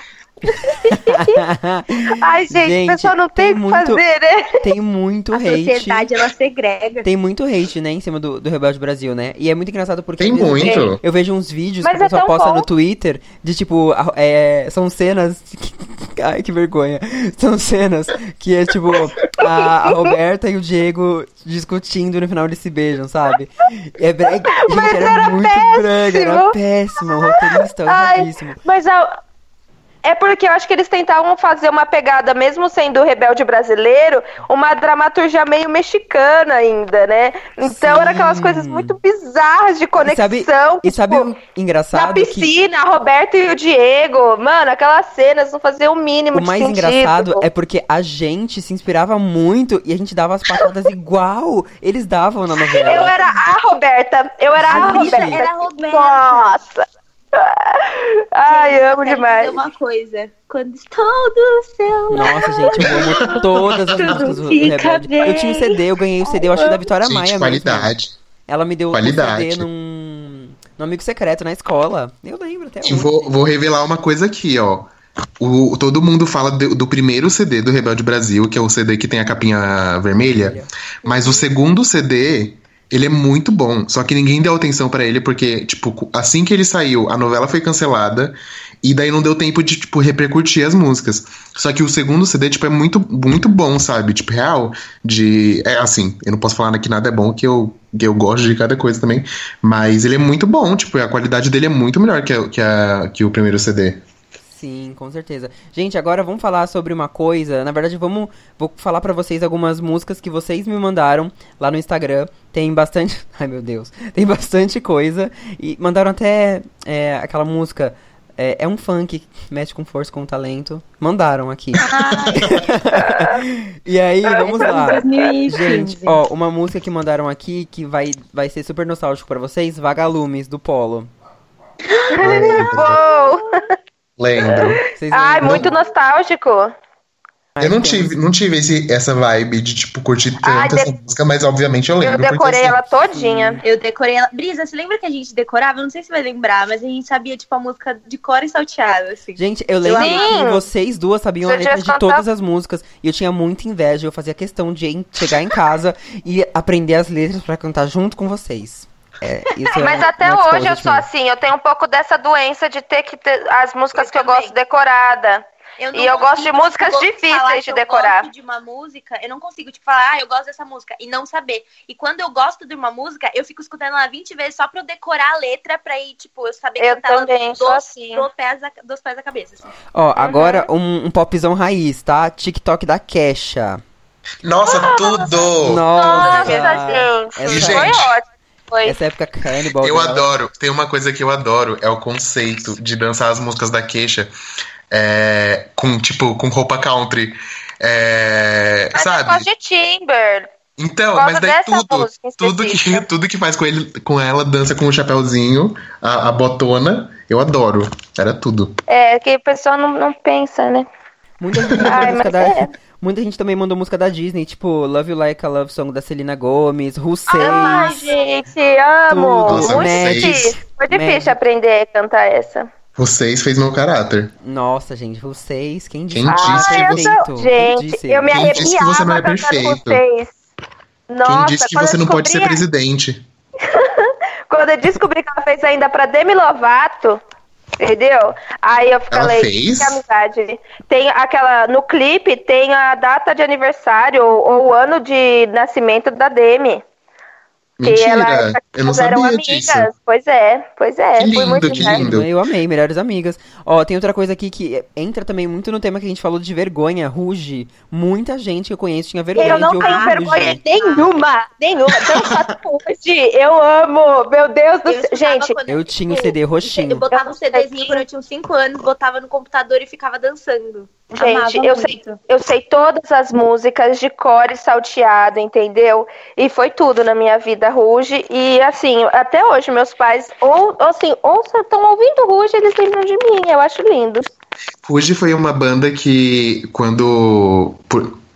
Ai, gente, Gente, o pessoal não tem o que muito- fazer, né? Tem muito A hate. sociedade, ela segrega. Tem muito hate, né, em cima do, do Rebelde Brasil, né? E é muito engraçado porque... Tem às vezes, muito. Eu, eu vejo uns vídeos Mas que o é pessoal tão posta bom. no Twitter de, tipo, a- é, são cenas... Ai, que vergonha. São cenas que é, tipo, a, a Roberta e o Diego discutindo e no final eles se beijam, sabe? É brega. Gente, Mas era, era muito brega, era péssimo. péssimo. O roteirista, Ai, erradíssimo. mas a- é porque eu acho que eles tentavam fazer uma pegada, mesmo sendo o Rebelde brasileiro, uma dramaturgia meio mexicana ainda, né? Então Sim. era aquelas coisas muito bizarras de E conexão. sabe, que, e sabe tipo, o engraçado? na que piscina, a Roberta e o Diego. Mano, aquelas cenas não faziam o mínimo o de mais sentido. engraçado é porque a gente se inspirava muito e a gente dava as patadas igual eles davam na novela. Eu era a Roberta. Eu era a, A Brisa Roberta. era a Roberta. Nossa. Ai, Gente, amo eu quero demais. dizer uma coisa. Quando estou do seu lado. Nossa, gente, eu amo todas as Tudo músicas do fica Rebelde. bem. Eu tinha um C D, eu ganhei o C D, eu acho que da Vitória Maia Gente, mesmo. qualidade. Ela me deu o C Qualidade. D num, num amigo secreto na escola. Eu lembro até E hoje. vou, vou revelar uma coisa aqui, ó. O, todo mundo fala do, do primeiro C D do Rebelde Brasil, que é o C D que tem a capinha vermelha. Mas o segundo C D, ele é muito bom. Só que ninguém deu atenção pra ele, porque, tipo, assim que ele saiu, a novela foi cancelada. E daí não deu tempo de, tipo, repercutir as músicas. Só que o segundo C D, tipo, é muito, muito bom, sabe? Tipo, real. De. É assim, eu não posso falar que nada é bom, que eu, que eu gosto de cada coisa também. Mas ele é muito bom, tipo, a qualidade dele é muito melhor que, a, que, a, que o primeiro C D. Sim, com certeza. Gente, agora vamos falar sobre uma coisa. Na verdade, vamos vou falar pra vocês algumas músicas que vocês me mandaram lá no Instagram. Tem bastante... Ai, meu Deus. Tem bastante coisa. E mandaram até é, aquela música... É, é um funk, mexe com força, com talento. Mandaram aqui. E aí, vamos lá. dois mil e quinze. Gente, ó, uma música que mandaram aqui que vai, vai ser super nostálgico pra vocês. Vagalumes, do Polo. Uou. Lembro. Vocês Ai, lembram? muito nostálgico. Ai, Eu não temos- tive, não tive esse, essa vibe de, tipo, curtir tanto Ai, de- essa música, mas obviamente eu Eu lembro. decorei porque, assim, ela todinha. Eu decorei ela. Brisa, você lembra que a gente decorava? Eu não sei se você vai lembrar, mas a gente sabia, tipo, a música de cor e salteado, assim. Gente, eu lembro Sim. que vocês duas sabiam a Você letra devia de cantar- todas as músicas. E eu tinha muita inveja. Eu fazia questão de em- chegar em casa e aprender as letras pra cantar junto com vocês. É, isso é Mas um- até um hoje exposed eu sou me. assim, eu tenho um pouco dessa doença de ter que ter as músicas Eu que eu também. gosto decorada. Eu não E eu gosto de consigo, músicas tipo, difíceis falar de que eu decorar. gosto de uma música, eu não consigo, tipo, falar, ah, eu gosto dessa música, e não saber. E quando eu gosto de uma música, eu fico escutando ela vinte vezes só pra eu decorar a letra, pra ir, tipo, eu saber Eu cantar ela também dos, sou assim. dos pés, da- dos pés da cabeça. Assim. Ó, agora um, um popzão raiz, tá? TikTok da Kesha. Nossa, tudo! Nossa, Nossa, gente. Essa, Gente, Foi ótimo. Foi. essa época Cannibal. Eu dela. adoro. Tem uma coisa que eu adoro, é o conceito de dançar as músicas da Kesha é, com, tipo, com roupa country. É, Mas eu sabe? gosto de Timber. Então, Por causa mas daí dessa tudo, música tudo que, específica. tudo que faz com, ele, com ela, dança com o chapéuzinho, a, a botona, eu adoro. Era tudo. É, que o pessoal não, não pensa, né? Muita gente mandou Ai, música mas da... é. Muita gente também mandou música da Disney, tipo Love You Like a Love Song da Selena Gomez, Who Ai, Says. gente, amo. Tudo. Nossa, Muito vocês- difícil. Foi difícil Magic. aprender a cantar essa. Vocês fez meu caráter. Nossa, gente, vocês, quem disse Quem que disse é que eu você- perfeito? sou... Quem Gente, disse? eu me Quem disse que arrepiava você não é cantando perfeito? vocês. Nossa, Quem disse que quando você eu não pode ser descobri- presidente? Quando eu descobri que ela fez ainda pra Demi Lovato, entendeu? Aí eu falei, fez? que amizade. Tem aquela, no clipe tem a data de aniversário ou, ou o ano de nascimento da Demi. Que ela, Mentira, eu não elas eram sabia amigas. disso. Pois é, pois é. Que Foi muito lindo, que engraçado. lindo. Eu amei, melhores amigas. Ó, tem outra coisa aqui que entra também muito no tema que a gente falou de vergonha, Ruge. Muita gente que eu conheço tinha vergonha Eu não de ouvir tenho Ruge. vergonha nenhuma, nenhuma. Dança até hoje. Eu amo, meu Deus do Eu céu. escutava Gente, quando Eu tinha o C D Eu roxinho. botava um CDzinho quando eu tinha uns cinco anos, botava no computador e ficava dançando. Amava Gente, eu sei, muito. eu sei todas as músicas de cor e salteado, entendeu? E foi tudo na minha vida, Ruge. E assim, até hoje, meus pais, ou assim, ou estão ouvindo Ruge, eles lembram de mim. Eu acho lindo. Ruge foi uma banda que, quando. Por,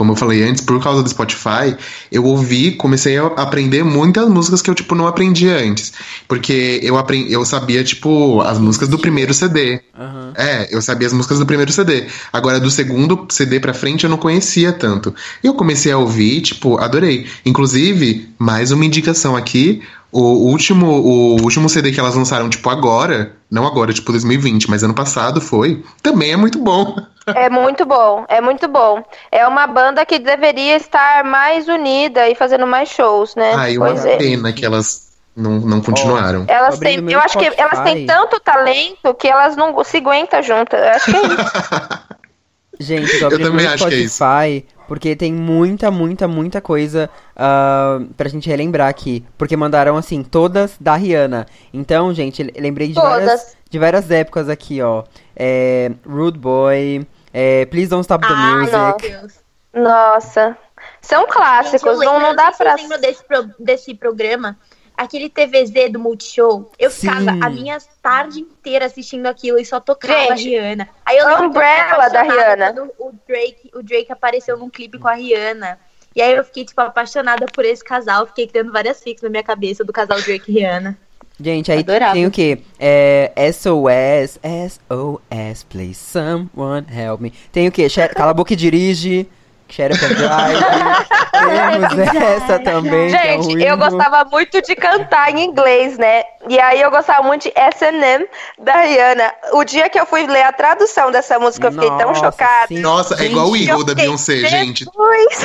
como eu falei antes, por causa do Spotify, eu ouvi, comecei a aprender muitas músicas que eu, tipo, não aprendia antes. Porque eu, aprendi, eu sabia, tipo, as músicas do primeiro C D. Aham. É, eu sabia as músicas do primeiro C D. Agora, do segundo C D pra frente, eu não conhecia tanto. E eu comecei a ouvir, tipo, adorei. Inclusive, mais uma indicação aqui, o último, o último C D que elas lançaram, tipo, agora, não agora, tipo, dois mil e vinte, mas ano passado foi, também é muito bom. É muito bom, é muito bom. É uma banda que deveria estar mais unida e fazendo mais shows, né? Ai, uma Pois é. pena que elas não, não continuaram. Elas Abrindo têm, meu eu acho que elas Spotify. têm tanto talento que elas não se aguentam juntas. Eu acho que é isso. Gente, tô Eu abrindo também meu acho que é isso. Spotify porque tem muita, muita, muita coisa ah, pra gente relembrar aqui. Porque mandaram, assim, todas da Rihanna. Então, gente, le- lembrei de várias, Todas. de várias épocas aqui, ó. É, Rude Boy, é, Please Don't Stop the Ah, Music. meu Deus. Nossa. São clássicos, Gente, eu lembro, não, não dá sei se pra. vocês lembram desse, pro- desse programa, aquele T V Z do Multishow. Eu Sim. ficava a minha tarde inteira assistindo aquilo e só tocava Gente, a Rihanna. Aí eu lembro que eu fiquei Umbrella da apaixonada Rihanna. quando o Drake, o Drake apareceu num clipe com a Rihanna. E aí eu fiquei, tipo, apaixonada por esse casal. Fiquei criando várias fics na minha cabeça do casal Drake e Rihanna. Gente, aí Adorava. tem o quê? É, S O S, S O S, Please Someone Help Me. Tem o quê? Sher- Cala a Boca e Dirige, Sheriff of Drive. Temos essa também, que é o Gente, eu hino. gostava muito de cantar em inglês, né? E aí eu gostava muito de S and M da Rihanna. O dia que eu fui ler a tradução dessa música, eu fiquei tão Nossa, chocada. sim. Nossa, é igual o Gente, Eagle da Eu fiquei, Beyoncé, gente. Jesus!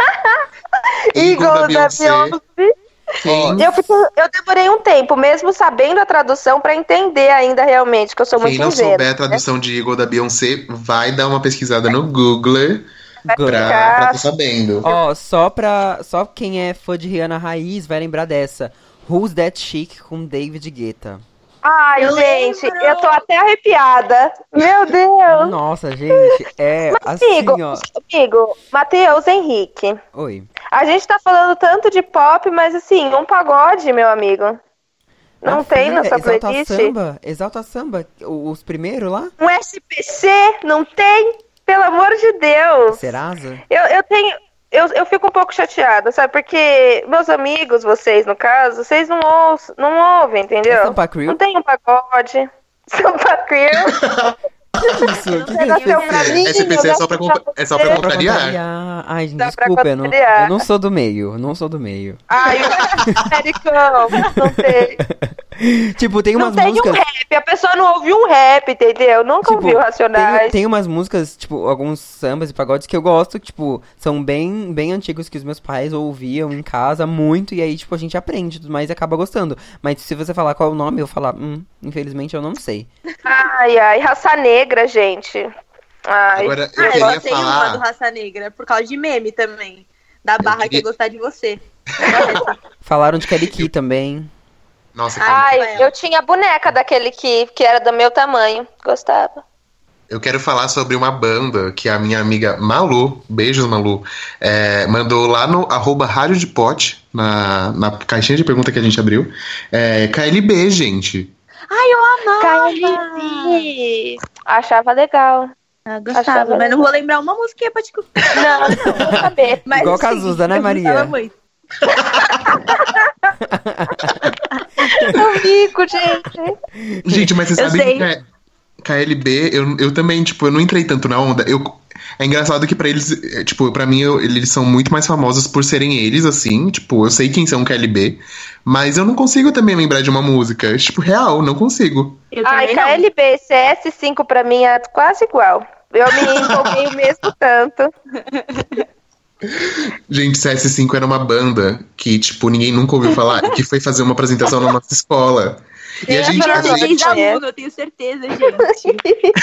Eagle da Beyoncé. Quem, Eu, fiquei, eu demorei um tempo, mesmo sabendo a tradução, pra entender ainda realmente, que eu sou quem muito não ingênua. souber a tradução de Eagle da Beyoncé, vai dar uma pesquisada no Google pra, Go- pra tá sabendo. Ó, só pra. Só quem é fã de Rihanna raiz vai lembrar dessa. Who's That Chic com David Guetta. Ai, Eu gente, lembro. eu tô até arrepiada. Meu Deus! Nossa, gente, é assim, Amigo, ó. amigo, Matheus Henrique. Oi. A gente tá falando tanto de pop, mas assim, um pagode, meu amigo. Não Ah, tem filha, na sua Exalta playlist? Samba, Exalta Samba, o- os primeiros lá? Um S P C? Não tem? Pelo amor de Deus. Serasa? Eu, eu tenho. Eu, eu fico um pouco chateada, sabe? Porque meus amigos, vocês, no caso, vocês não, ouçam, não ouvem, entendeu? É Sampa Crew? Não tem um pagode. Sampa Crew. Isso, o que que é Nasceu S P C? pra mim, S P C é só pra, compa- é só pra Só pra contrariar. contrariar. Ai, gente, Dá pra desculpa, eu não, contrariar. eu não sou do meio, eu não sou do meio. Ai, o Americão. Não tem. Tipo, tem Não umas tem músicas... um rap. A pessoa não ouviu um rap, entendeu? Nunca Tipo, ouviu Racionais. Tem, tem umas músicas, tipo, alguns sambas e pagodes que eu gosto, que, tipo, são bem, bem antigos que os meus pais ouviam em casa muito, e aí, tipo, a gente aprende, tudo mais e acaba gostando. Mas se você falar qual é o nome, eu falar, hum, infelizmente eu não sei. Ai, ai, Raça Negra, gente. Ai. Agora, eu Ah, eu queria gostei uma do falar. Raça Negra, por causa de meme também. Da Barra queria- que gostar de você. Falaram de Kelly Key também. Nossa, Ai, Rafael. eu tinha a boneca daquele que, que era do meu tamanho. Gostava. eu quero falar sobre uma banda que a minha amiga Malu, beijos Malu, é, mandou lá no arroba Rádio de Pote, na, na caixinha de pergunta que a gente abriu. É, K L B, gente. Ai, eu amava! K L B. Achava legal. Ah, gostava, Achava mas não vou lembrar uma musiquinha pra te Não, não vou saber. Mas, Igual assim, Cazuza, né, eu Maria? gostava muito. Eu fico, gente. Gente, mas você Eu sabe sei. que é, K L B, eu, eu também, tipo, eu não entrei tanto na onda. Eu, é engraçado que pra eles, é, tipo, pra mim, eu- eles são muito mais famosos por serem eles, assim. Tipo, eu sei quem são K L B, mas eu não consigo também lembrar de uma música. Tipo, real, não consigo. Eu Ai, também não. K L B, C S cinco pra mim é quase igual. Eu me empolguei o mesmo tanto. Gente, C S cinco era uma banda que, tipo, ninguém nunca ouviu falar, que foi fazer uma apresentação na nossa escola. E a gente, a Era gente, ex-aluno, eu tenho certeza, gente.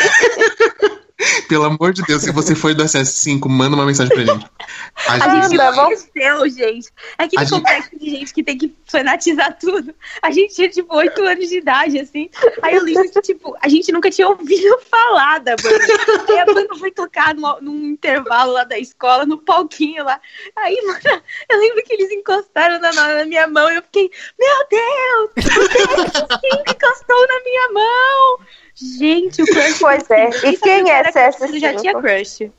pelo amor de Deus, se você for do C S cinco, manda uma mensagem pra gente. A A gente, gente Manda, vamos- esqueceu, gente. É aquele A gente- complexo de gente que tem que fanatizar tudo. A gente tinha, tipo, oito anos de idade, assim. Aí eu lembro que, tipo, a gente nunca tinha ouvido falar da banda. Aí a banda foi tocar numa- num intervalo lá da escola, no palquinho lá. Aí, mano, eu lembro que eles encostaram na, na minha mão e eu fiquei, meu Deus! Quem encostou na minha mão? Gente, o crush. Pois é. E Nem sabia quem que é era C S crush, eu já cinco? tinha crush.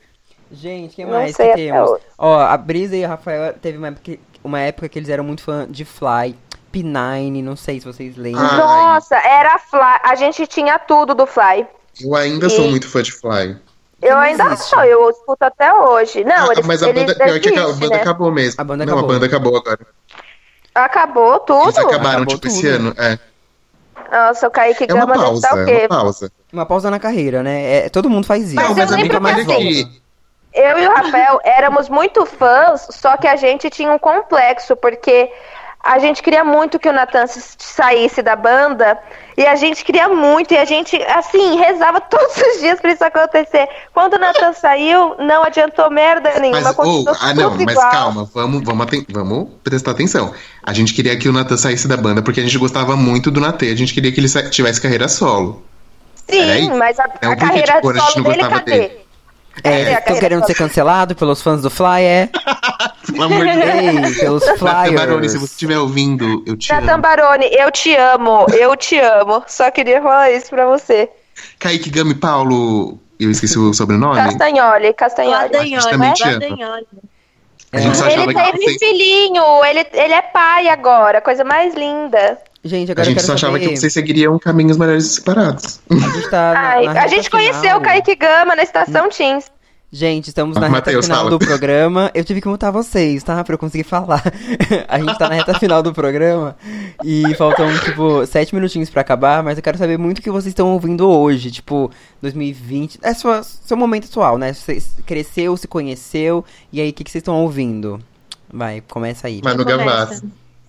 Gente, quem Não mais sei que até temos? hoje. Ó, a Brisa e a Rafaela teve uma época, que- uma época que eles eram muito fã de Fly, P nove, não sei se vocês lembram. Ai. Nossa, era Fly. A gente tinha tudo do Fly. Eu ainda sou E- muito fã de Fly. Eu não ainda existe. sou, eu escuto até hoje. Não, Ah, eles, mas a eles banda, pior que a existem, banda né? acabou mesmo. A banda Não, acabou. a banda acabou agora. Acabou tudo? Eles acabaram, Acabou tipo, esse tudo. ano. É, Nossa, o Kaique é uma Gama deve pausa, estar o é quê? uma pausa. Uma pausa na carreira, né? É, todo mundo faz isso. Mas Não, eu mas a lembro minha que família assim, que... Eu e o Rafael éramos muito fãs, só que a gente tinha um complexo, porque a gente queria muito que o Natan s- saísse da banda, e a gente queria muito, e a gente, assim, rezava todos os dias pra isso acontecer. Quando o Natan saiu, não adiantou merda nenhuma, Mas, ou, continuou ah, não, tudo mas igual. calma, vamos, vamos, aten- vamos prestar atenção. A gente queria que o Natan saísse da banda porque a gente gostava muito do Natan, a gente queria que ele sa- tivesse carreira solo. Era Sim, isso? mas a, Não, a porque, carreira tipo, a gente solo não dele, gostava cadê? dele. Cadê a É, estão carreira querendo solo? ser cancelados pelos fãs do Fly, é? Pelo amor de Deus. Ei, pelos Natan Baroni, se Flyers. você estiver ouvindo, eu te Natan amo. Baroni, eu te amo, eu te amo. Só queria falar isso pra você. Kaique Gami Paulo, eu esqueci o sobrenome. Castanholi, Castanholi. Ladanholi, também te amo. Ladanholi. A gente só achava Ele que teve vocês, filhinho, ele, ele é pai agora, coisa mais linda. Gente, a agora eu gente quero só achava saber... que vocês seguiriam caminhos melhores separados. A gente tá na, Ai, na a reta gente conheceu final. o Kaique Gama na estação Teams. Gente, estamos na Ah, reta Matheus, final fala. do programa. Eu tive que mutar vocês, tá? Pra eu conseguir falar. A gente tá na reta final do programa. E faltam, tipo, sete minutinhos pra acabar. Mas eu quero saber muito o que vocês estão ouvindo hoje. Tipo, dois mil e vinte. É sua, seu momento atual, né? Você cresceu, se conheceu. E aí, o que, que vocês estão ouvindo? Vai, começa aí. Manu Começa. Gavassi.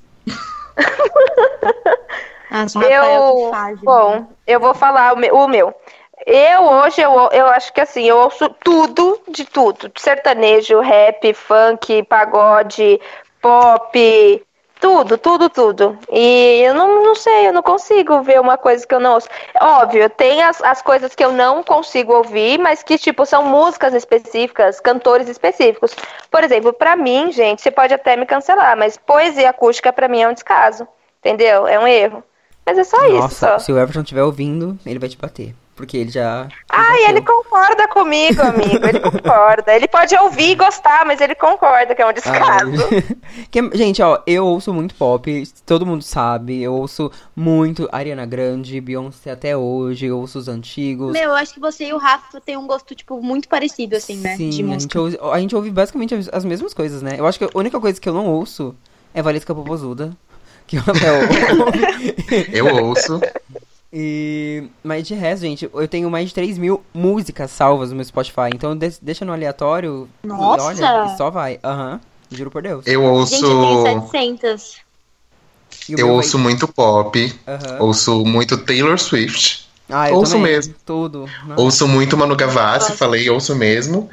Nossa, o Rafael, Eu, que fase, né? bom, eu vou falar o meu. O meu. Eu hoje, eu, eu acho que assim, eu ouço tudo de tudo. Sertanejo, rap, funk, pagode, pop, tudo, tudo, tudo. E eu não, não sei, eu não consigo ver uma coisa que eu não ouço. Óbvio, tem as, as coisas que eu não consigo ouvir, mas que, tipo, são músicas específicas, cantores específicos. Por exemplo, pra mim, gente, você pode até me cancelar, mas poesia acústica pra mim é um descaso, entendeu? É um erro. Mas é só isso, Nossa, só. se o Everton estiver ouvindo, ele vai te bater. Porque ele já... Ai, já ele bateu. concorda comigo, amigo. Ele concorda. Ele pode ouvir e gostar, mas ele concorda que é um descaso. Ai. Que- gente, ó, eu ouço muito pop, todo mundo sabe. Eu ouço muito Ariana Grande, Beyoncé até hoje, eu ouço os antigos. Meu, eu acho que você e o Rafa têm um gosto, tipo, muito parecido, assim, né? Sim, de a música. gente, ouve, a gente ouve basicamente as, as mesmas coisas, né? Eu acho que a única coisa que eu não ouço é Valesca Popozuda, que eu até ouço. Eu ouço. E... Mas de resto, gente, eu tenho mais de três mil músicas salvas no meu Spotify. Então de- deixa no aleatório. e Nossa! olha, e só vai. Aham. Juro por Deus. Eu ouço. Gente, eu tenho setecentos. E o Eu meu vai- ouço muito pop. Aham. Ouço muito Taylor Swift. Ah, eu ouço também. mesmo. Tudo. Nossa. Ouço muito Manu Gavassi, Nossa. falei, ouço mesmo.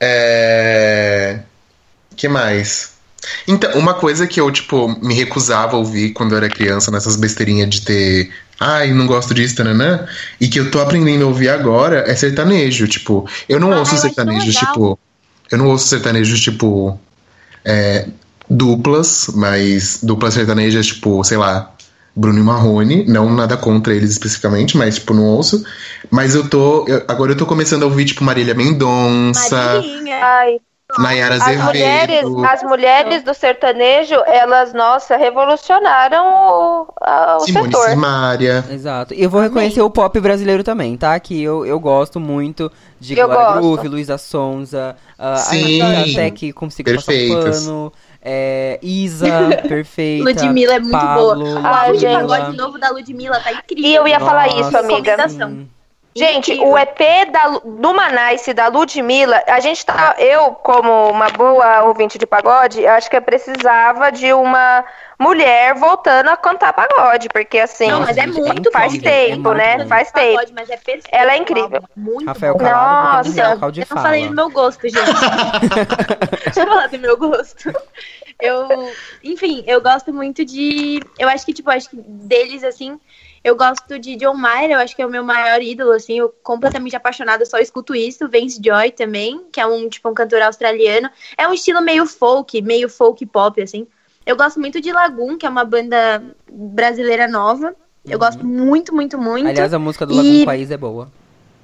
É... Que mais? Então, uma coisa que eu, tipo, me recusava a ouvir quando eu era criança, nessas besteirinhas de ter... Ai, não gosto disso, tananã. E que eu tô aprendendo a ouvir agora é sertanejo, tipo... Eu não Ah, ouço eu acho sertanejos, tão legal. tipo... Eu não ouço sertanejos, tipo... é, duplas, mas duplas sertanejas, tipo, sei lá... Bruno e Marrone, não nada contra eles especificamente, mas, tipo, não ouço. Mas eu tô... eu- agora eu tô começando a ouvir, tipo, Marília Mendonça, Marinha. Ai, Nayara as mulheres, Azevedo... as mulheres do sertanejo, elas, nossa, revolucionaram o, a- o Simone setor. Simaria. Exato. E eu vou reconhecer o pop brasileiro também, tá? Que eu, eu gosto muito de Eu Glória gosto. Groove, Luísa Sonza, a Sim. Anitta até que consigo passar Perfeitas. pano, é, Isa, perfeita. Ludmilla é muito Pablo, boa. O Ai, álbum de gente. pagode novo da Ludmilla tá incrível. E eu ia falar isso, Nossa, amiga. Recomendação. Gente, Incrível. o E P da, Lu- do Manice, da Ludmilla, a gente tá. Eu, como uma boa ouvinte de pagode, acho que eu precisava de uma mulher voltando a cantar pagode, porque assim. Não, mas é gente, é muito faz incrível, bom. é tempo, muito né? bom. Faz Pagode, tempo. mas é perfeito, Ela é o incrível. álbum. Muito Rafael bom. Calado, Nossa. porque tem um local de Eu não fala. falei do meu gosto, gente. Deixa eu falar do meu gosto. Eu, enfim, eu gosto muito de. Eu acho que, tipo, acho que deles, assim, eu gosto de John Mayer, eu acho que é o meu maior ídolo, assim, eu completamente apaixonada, só escuto isso. Vance Joy também, que é um, tipo, um cantor australiano. É um estilo meio folk, meio folk pop, assim. Eu gosto muito de Lagoon, que é uma banda brasileira nova. Eu gosto muito, muito, muito. Aliás, a música do E- Lagoon País é boa.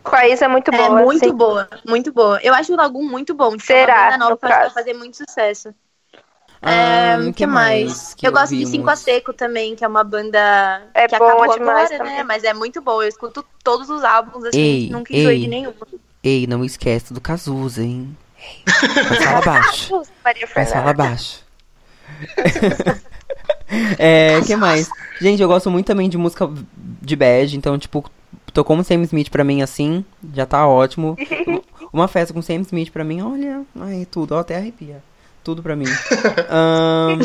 País é muito É boa. muito assim. boa, muito boa. Eu acho o Lagum muito bom. Tipo, Será, é uma banda nova no que eu acho que vai caso? fazer muito sucesso. Ah, É, que o que mais? mais que eu gosto de ouvimos? Cinco a Seco também, que é uma banda É que boa acabou demais agora, também. né? Mas é muito boa. Eu escuto todos os álbuns, assim, Ei, nunca enjoei de ei. nenhum. Ei, não esquece do Cazuza, hein? Ei, mas fala baixo. Maria Mas fala Fernanda. baixo. É, que mais? Gente, eu gosto muito também de música de bad, então, tipo, tocou um Sam Smith pra mim assim, já tá ótimo. Uma festa com Sam Smith pra mim, olha, ai, tudo, ó, até arrepia. Tudo pra mim. Ahn,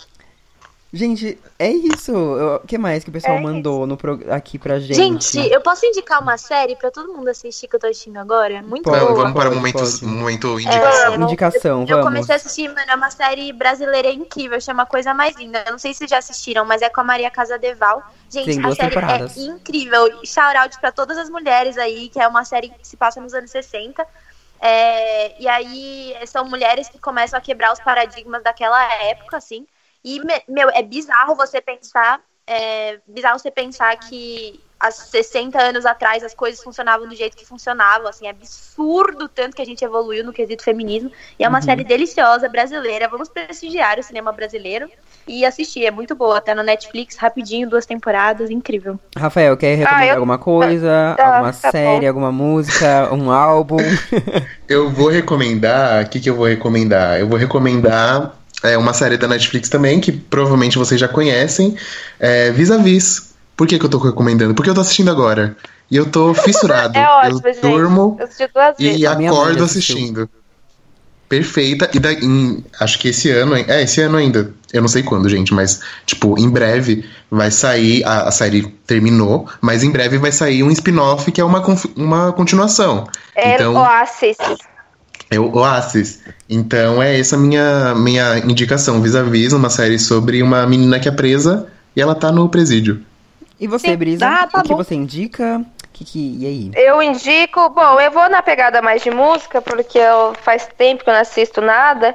gente, é isso. O que mais que o pessoal É mandou no pro- aqui pra gente? Gente, eu posso indicar uma série pra todo mundo assistir que eu tô assistindo agora? Muito Pode, Vamos, boa. vamos para o pode, momento, pode. momento indicação. É, Indicação, Eu vamos. comecei a assistir, mano, é uma série brasileira incrível, chama Coisa Mais Linda. Eu não sei se vocês já assistiram, mas é com a Maria Casadeval. Gente, Tem a duas série temporadas. é incrível. Shout out pra todas as mulheres aí, que é uma série que se passa nos anos sessenta. É, e aí são mulheres que começam a quebrar os paradigmas daquela época, assim. E, me- meu, é bizarro você pensar, é bizarro você pensar que há sessenta anos atrás as coisas funcionavam do jeito que funcionavam, assim, é absurdo o tanto que a gente evoluiu no quesito feminismo. E é uma Uhum. série deliciosa, brasileira. Vamos prestigiar o cinema brasileiro e assistir, é muito boa. Tá no Netflix, rapidinho, duas temporadas, incrível. Rafael, quer recomendar Ah, eu- alguma coisa? Tá, alguma tá série, bom. alguma música, um álbum? Eu vou recomendar. O que, que eu vou recomendar? Eu vou recomendar é, uma série da Netflix também, que provavelmente vocês já conhecem. É, Vis-a-Vis. Por que, que eu tô recomendando? Porque eu tô assistindo agora. E eu tô fissurado. É ótimo, eu gente. durmo Eu assisti duas vezes. e A minha mãe acordo já assistiu. assistindo. Perfeita. E daí, em- acho que esse ano, é, esse ano ainda, eu não sei quando, gente, mas, tipo, em breve vai sair, a, a série terminou, mas em breve vai sair um spin-off que é uma, conf- uma continuação. É Então, Oasis. é o Oasis. Então é essa a minha, minha indicação, Vis-a-Vis, uma série sobre uma menina que é presa e ela tá no presídio. E você, Sim. Brisa? Ah, tá o que bom. você indica? Que, que, e aí? Eu indico, bom, eu vou na pegada mais de música, porque eu, faz tempo que eu não assisto nada.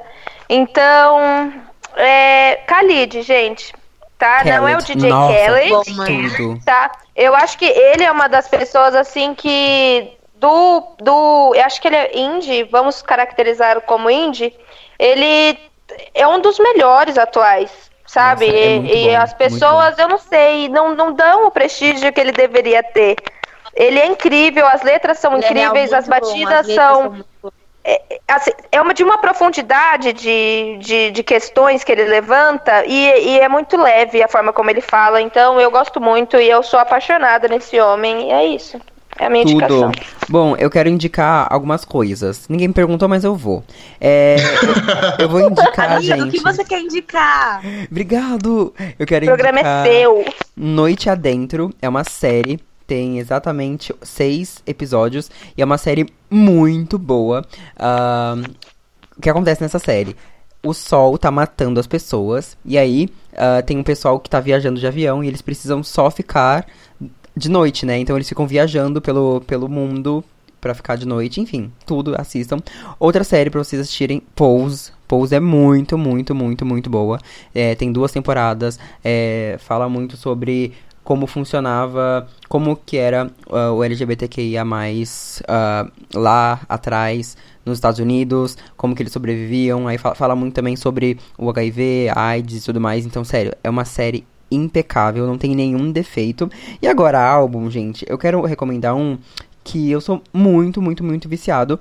Então, é, Khalid, gente, tá? Não é o Khaled. D J Nossa, Khaled, Bom, mano. Tudo. tá? Eu acho que ele é uma das pessoas, assim, que do, do, eu acho que ele é indie, vamos caracterizar como indie, ele é um dos melhores atuais, sabe? Nossa, é e muito e bom, as muito pessoas, eu não sei, não, não dão o prestígio que ele deveria ter. Ele é incrível, as letras são Ele é incríveis, realmente as bom, batidas as letras são... muito boas. Assim, é uma de uma profundidade de, de, de questões que ele levanta e, e é muito leve a forma como ele fala. Então eu gosto muito e eu sou apaixonada nesse homem. E é isso. É a minha indicação. Tudo. Bom, eu quero indicar algumas coisas. Ninguém me perguntou, mas eu vou. É, eu, eu vou indicar, Amigo, gente. o que você quer indicar? Obrigado! Eu quero O programa indicar é seu. Noite Adentro. É uma série. Tem exatamente seis episódios. E é uma série muito boa. Ah, o que acontece nessa série? O sol tá matando as pessoas. E aí, ah, tem um pessoal que tá viajando de avião. E eles precisam só ficar de noite, né? Então eles ficam viajando pelo, pelo mundo pra ficar de noite. Enfim, tudo, assistam. Outra série pra vocês assistirem, Pose. Pose é muito, muito, muito, muito boa. É, tem duas temporadas. É, fala muito sobre como funcionava, como que era uh, o L G B T Q I A mais, uh, lá atrás, nos Estados Unidos, como que eles sobreviviam. Aí fala, fala muito também sobre o H I V, AIDS e tudo mais. Então, sério, é uma série impecável, não tem nenhum defeito. E agora, álbum, gente, eu quero recomendar um que eu sou muito, muito, muito viciado,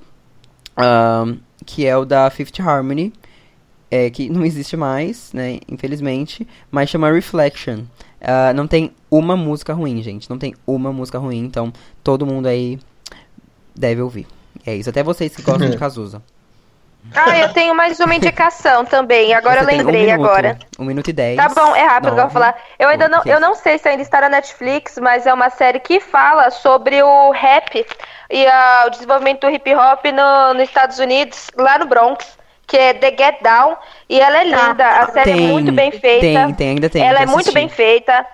uh, que é o da Fifth Harmony, é, que não existe mais, né, infelizmente, mas chama Reflection. Uh, não tem uma música ruim, gente, não tem uma música ruim, então todo mundo aí deve ouvir. É isso, até vocês que gostam de Cazuza. Ah, eu tenho mais uma indicação também. Agora eu Você tem um lembrei minuto, agora. Um minuto e dez. Tá bom, é rápido que eu vou nove, falar. Eu ainda não, oito. eu não sei se ainda está na Netflix, mas é uma série que fala sobre o rap e ah, o desenvolvimento do hip hop no, nos Estados Unidos, lá no Bronx, que é The Get Down, e ela é linda. A série Tem, é muito bem feita. tem, tem, ainda tem, Ela já é muito assisti. bem feita.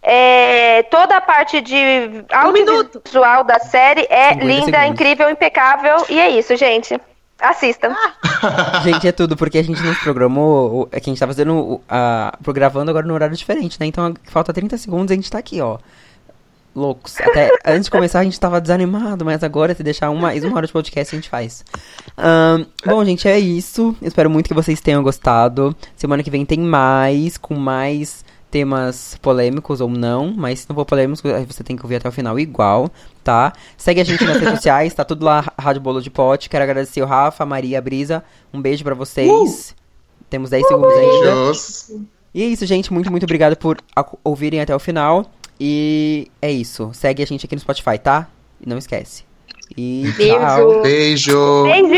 É, toda a parte de minuto. audiovisual da série é cinquenta linda, segundos. incrível, impecável. E é isso, gente. Assistam. Gente, é tudo, porque a gente nos programou, o- é que a gente tá fazendo, o- a, programando agora no horário diferente, né? Então falta trinta segundos e a gente tá aqui, ó. loucos. Até antes de começar a gente tava desanimado, mas agora se deixar uma, mais uma hora de podcast a gente faz. Ahn, bom, gente, é isso. Eu espero muito que vocês tenham gostado. Semana que vem tem mais, com mais temas polêmicos ou não, mas se não for polêmicos, você tem que ouvir até o final igual, tá? Segue a gente nas redes sociais, tá tudo lá, Rádio Bolo de Pote. Quero agradecer o Rafa, a Maria, a Brisa. Um beijo pra vocês. Uh! Temos dez segundos ainda. Beijos. E é isso, gente. Muito, muito obrigado por ac- ouvirem até o final. E é isso. Segue a gente aqui no Spotify, tá? E não esquece. E Beijo. tchau. Beijo. Beijo.